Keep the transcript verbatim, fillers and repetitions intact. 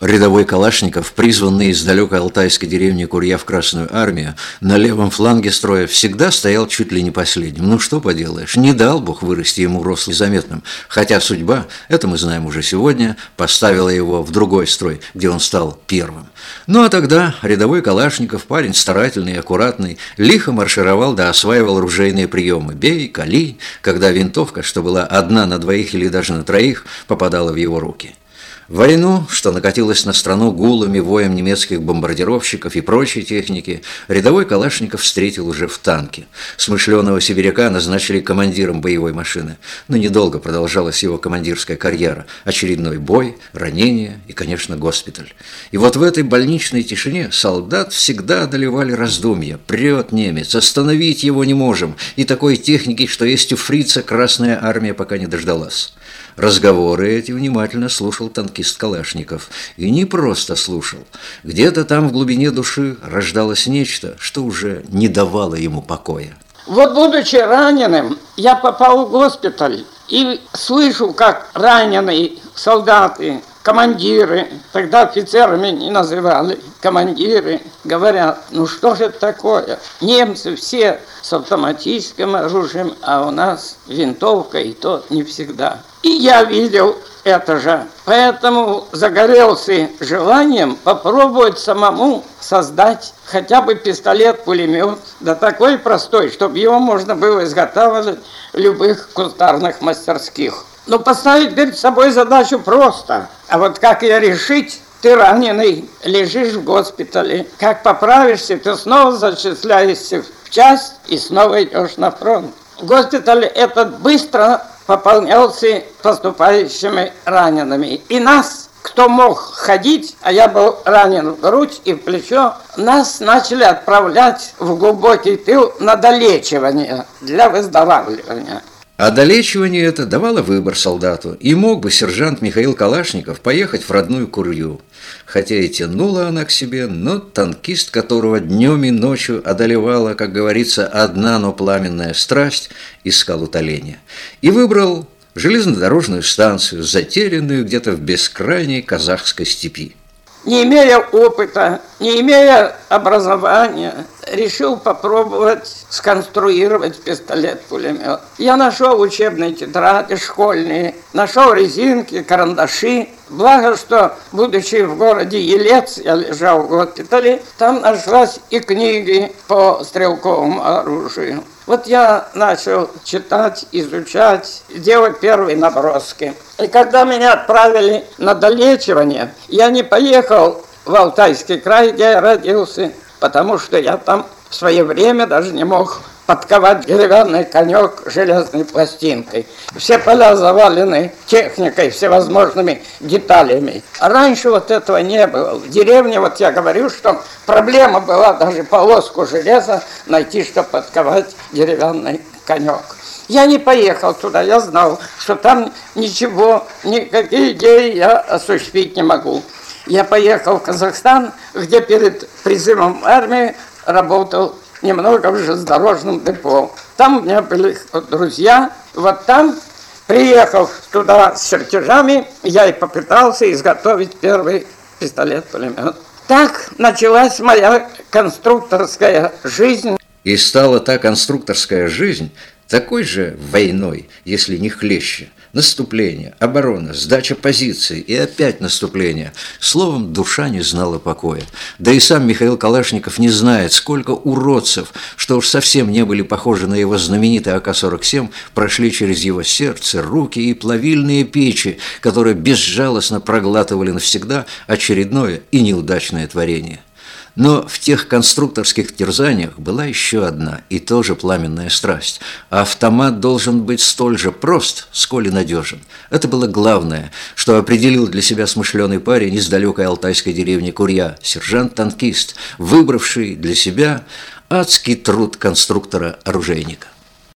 Рядовой Калашников, призванный из далекой алтайской деревни Курья в Красную армию, на левом фланге строя всегда стоял чуть ли не последним. Ну что поделаешь, не дал Бог вырасти ему рослым и заметным, хотя судьба, это мы знаем уже сегодня, поставила его в другой строй, где он стал первым. Ну а тогда рядовой Калашников, парень старательный и аккуратный, лихо маршировал да осваивал ружейные приемы. Бей, кали, когда винтовка, что была одна на двоих или даже на троих, попадала в его руки. В войну, что накатилось на страну гулом и воем немецких бомбардировщиков и прочей техники, рядовой Калашников встретил уже в танке. Смышленого сибиряка назначили командиром боевой машины, но недолго продолжалась его командирская карьера. Очередной бой, ранение и, конечно, госпиталь. И вот в этой больничной тишине солдат всегда одолевали раздумья. Прет немец, остановить его не можем, и такой техники, что есть у фрица, Красная армия пока не дождалась. Разговоры эти внимательно слушал танкист Калашников. И не просто слушал. Где-то там в глубине души рождалось нечто, что уже не давало ему покоя. Вот, будучи раненым, я попал в госпиталь и слышу, как раненые солдаты, командиры, тогда офицерами не называли, командиры, говорят: ну что же это такое? Немцы все с автоматическим оружием, а у нас винтовка, и то не всегда. И я видел это же, поэтому загорелся желанием попробовать самому создать хотя бы пистолет-пулемет, да такой простой, чтобы его можно было изготавливать в любых кустарных мастерских. Но поставить перед собой задачу просто, а вот как ее решить? Ты раненый, лежишь в госпитале, как поправишься, ты снова зачисляешься в часть и снова идешь на фронт. Госпиталь этот быстро пополнялся поступающими ранеными. И нас, кто мог ходить, а я был ранен в грудь и в плечо, нас начали отправлять в глубокий тыл на долечивание для выздоравливания. А долечивание это давало выбор солдату, и мог бы сержант Михаил Калашников поехать в родную Курью. Хотя и тянула она к себе, но танкист, которого днем и ночью одолевала, как говорится, одна, но пламенная страсть, искал утоления. И выбрал железнодорожную станцию, затерянную где-то в бескрайней казахской степи. Не имея опыта, не имея образования, решил попробовать сконструировать пистолет-пулемет. Я нашел учебные тетради школьные, нашел резинки, карандаши. Благо, что, будучи в городе Елец, я лежал в госпитале, там нашлась и книги по стрелковому оружию. Вот я начал читать, изучать, делать первые наброски. И когда меня отправили на долечивание, я не поехал в Алтайский край, где я родился, потому что я там в свое время даже не мог подковать деревянный конек железной пластинкой. Все поля завалены техникой, всевозможными деталями. А раньше вот этого не было. В деревне, вот я говорю, что проблема была даже полоску железа найти, чтобы подковать деревянный конек. Я не поехал туда, я знал, что там ничего, никакие идеи я осуществить не могу. Я поехал в Казахстан, где перед призывом в армию работал немного в железнодорожном депо. Там у меня были друзья. Вот там, приехав туда с чертежами, я и попытался изготовить первый пистолет-пулемет. Так началась моя конструкторская жизнь. И стала та конструкторская жизнь такой же войной, если не хлеще. Наступление, оборона, сдача позиций и опять наступление. Словом, душа не знала покоя. Да и сам Михаил Калашников не знает, сколько уродцев, что уж совсем не были похожи на его знаменитый А К сорок семь, прошли через его сердце, руки и плавильные печи, которые безжалостно проглатывали навсегда очередное и неудачное творение. Но в тех конструкторских терзаниях была еще одна и тоже пламенная страсть. А автомат должен быть столь же прост, сколь и надежен. Это было главное, что определил для себя смышленый парень из далекой алтайской деревни Курья, сержант-танкист, выбравший для себя адский труд конструктора-оружейника.